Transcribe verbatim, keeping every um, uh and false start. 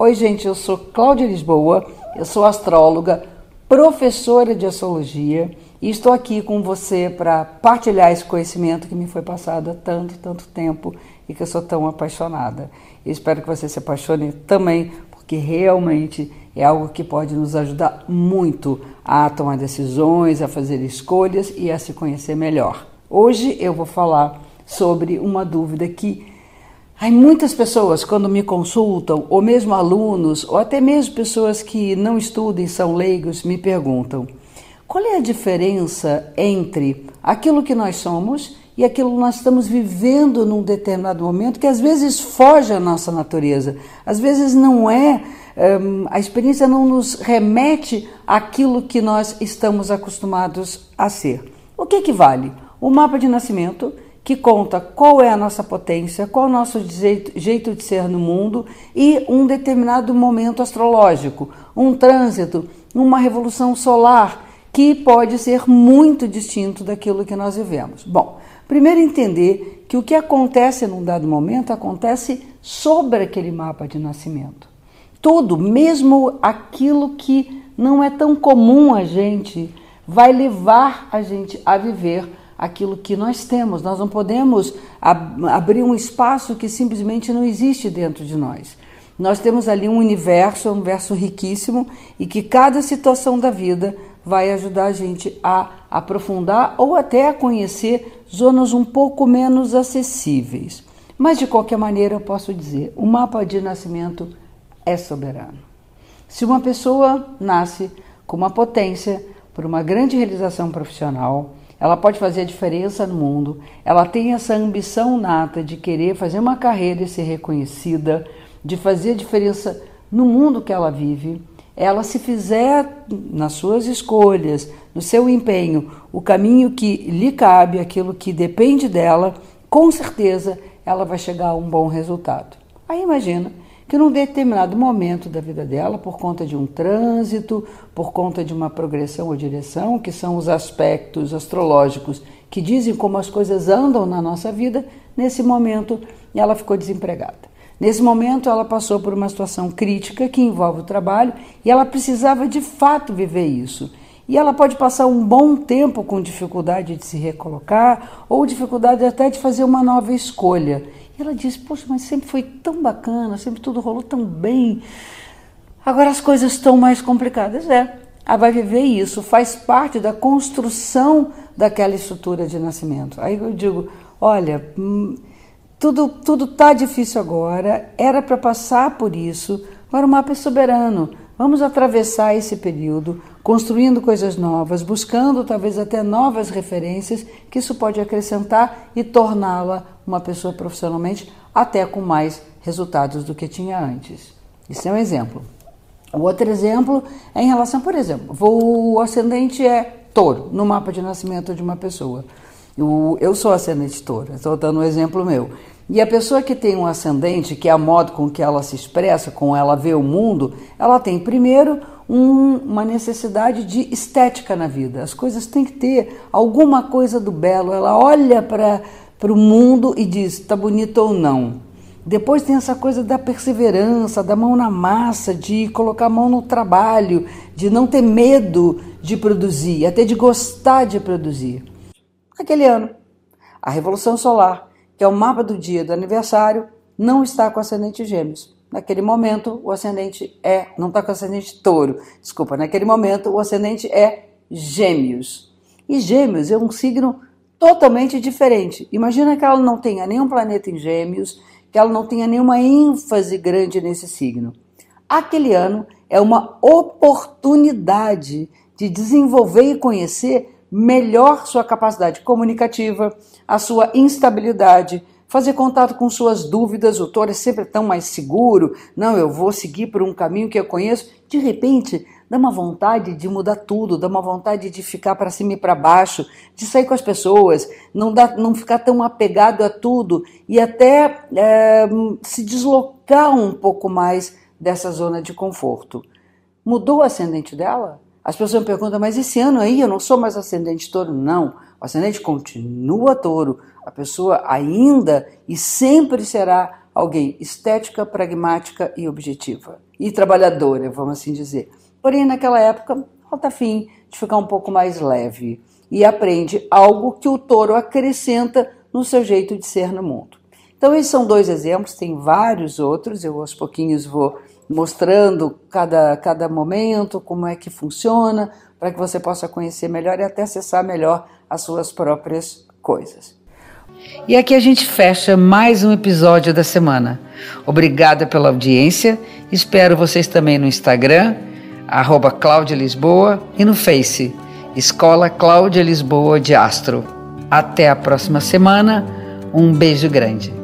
Oi, gente, eu sou Cláudia Lisboa, eu sou astróloga, professora de astrologia e estou aqui com você para partilhar esse conhecimento que me foi passado há tanto, tanto tempo e que eu sou tão apaixonada. Eu espero que você se apaixone também, porque realmente é algo que pode nos ajudar muito a tomar decisões, a fazer escolhas e a se conhecer melhor. Hoje eu vou falar sobre uma dúvida que Há muitas pessoas, quando me consultam, ou mesmo alunos, ou até mesmo pessoas que não estudam, são leigos, me perguntam: qual é a diferença entre aquilo que nós somos e aquilo que nós estamos vivendo num determinado momento, que às vezes foge à nossa natureza, às vezes não é, um, a experiência não nos remete àquilo que nós estamos acostumados a ser. O que que vale? O mapa de nascimento, que conta qual é a nossa potência, qual é o nosso jeito, jeito de ser no mundo e um determinado momento astrológico, um trânsito, uma revolução solar que pode ser muito distinto daquilo que nós vivemos. Bom, primeiro entender que o que acontece num dado momento acontece sobre aquele mapa de nascimento. Tudo, mesmo aquilo que não é tão comum a gente, vai levar a gente a viver aquilo que nós temos. Nós não podemos ab- abrir um espaço que simplesmente não existe dentro de nós. Nós temos ali um universo, um universo riquíssimo e que cada situação da vida vai ajudar a gente a aprofundar ou até a conhecer zonas um pouco menos acessíveis. Mas de qualquer maneira eu posso dizer, o mapa de nascimento é soberano. Se uma pessoa nasce com uma potência por uma grande realização profissional, ela pode fazer a diferença no mundo, ela tem essa ambição nata de querer fazer uma carreira e ser reconhecida, de fazer a diferença no mundo que ela vive. Ela, se fizer nas suas escolhas, no seu empenho, o caminho que lhe cabe, aquilo que depende dela, com certeza ela vai chegar a um bom resultado. Aí imagina que num determinado momento da vida dela, por conta de um trânsito, por conta de uma progressão ou direção, que são os aspectos astrológicos que dizem como as coisas andam na nossa vida, nesse momento ela ficou desempregada. Nesse momento ela passou por uma situação crítica que envolve o trabalho e ela precisava de fato viver isso. E ela pode passar um bom tempo com dificuldade de se recolocar ou dificuldade até de fazer uma nova escolha. E ela diz: poxa, mas sempre foi tão bacana, sempre tudo rolou tão bem, agora as coisas estão mais complicadas. É, ela vai viver isso, faz parte da construção daquela estrutura de nascimento. Aí eu digo: olha, hum, tudo tudo tá difícil agora, era para passar por isso, agora o mapa é soberano. Vamos atravessar esse período, construindo coisas novas, buscando talvez até novas referências, que isso pode acrescentar e torná-la uma pessoa profissionalmente até com mais resultados do que tinha antes. Isso é um exemplo. O outro exemplo é em relação, por exemplo, o ascendente é touro, no mapa de nascimento de uma pessoa. Eu, eu sou ascendente touro, estou dando um exemplo meu. E a pessoa que tem um ascendente, que é a modo com que ela se expressa, com ela vê o mundo, ela tem primeiro um, uma necessidade de estética na vida. As coisas têm que ter alguma coisa do belo. Ela olha para o mundo e diz, está bonito ou não. Depois tem essa coisa da perseverança, da mão na massa, de colocar a mão no trabalho, de não ter medo de produzir, até de gostar de produzir. Naquele ano, a Revolução Solar, que é o mapa do dia do aniversário, não está com ascendente Gêmeos. Naquele momento, o ascendente é, não está com ascendente Touro, desculpa, naquele momento o ascendente é Gêmeos. E Gêmeos é um signo totalmente diferente. Imagina que ela não tenha nenhum planeta em Gêmeos, que ela não tenha nenhuma ênfase grande nesse signo. Aquele ano é uma oportunidade de desenvolver e conhecer melhor sua capacidade comunicativa, a sua instabilidade, fazer contato com suas dúvidas. O touro é sempre tão mais seguro. Não, eu vou seguir por um caminho que eu conheço. De repente, dá uma vontade de mudar tudo, dá uma vontade de ficar para cima e para baixo, de sair com as pessoas, não, dá, não ficar tão apegado a tudo e até é, se deslocar um pouco mais dessa zona de conforto. Mudou o ascendente dela? As pessoas me perguntam, mas esse ano aí eu não sou mais ascendente touro? Não, o ascendente continua touro. A pessoa ainda e sempre será alguém estética, pragmática e objetiva. E trabalhadora, vamos assim dizer. Porém, naquela época, ela está afim de ficar um pouco mais leve e aprende algo que o touro acrescenta no seu jeito de ser no mundo. Então, esses são dois exemplos, tem vários outros, eu aos pouquinhos vou mostrando cada, cada momento, como é que funciona, para que você possa conhecer melhor e até acessar melhor as suas próprias coisas. E aqui a gente fecha mais um episódio da semana. Obrigada pela audiência, espero vocês também no Instagram, arroba Cláudia Lisboa, e no Face, Escola Cláudia Lisboa de Astro. Até a próxima semana, um beijo grande.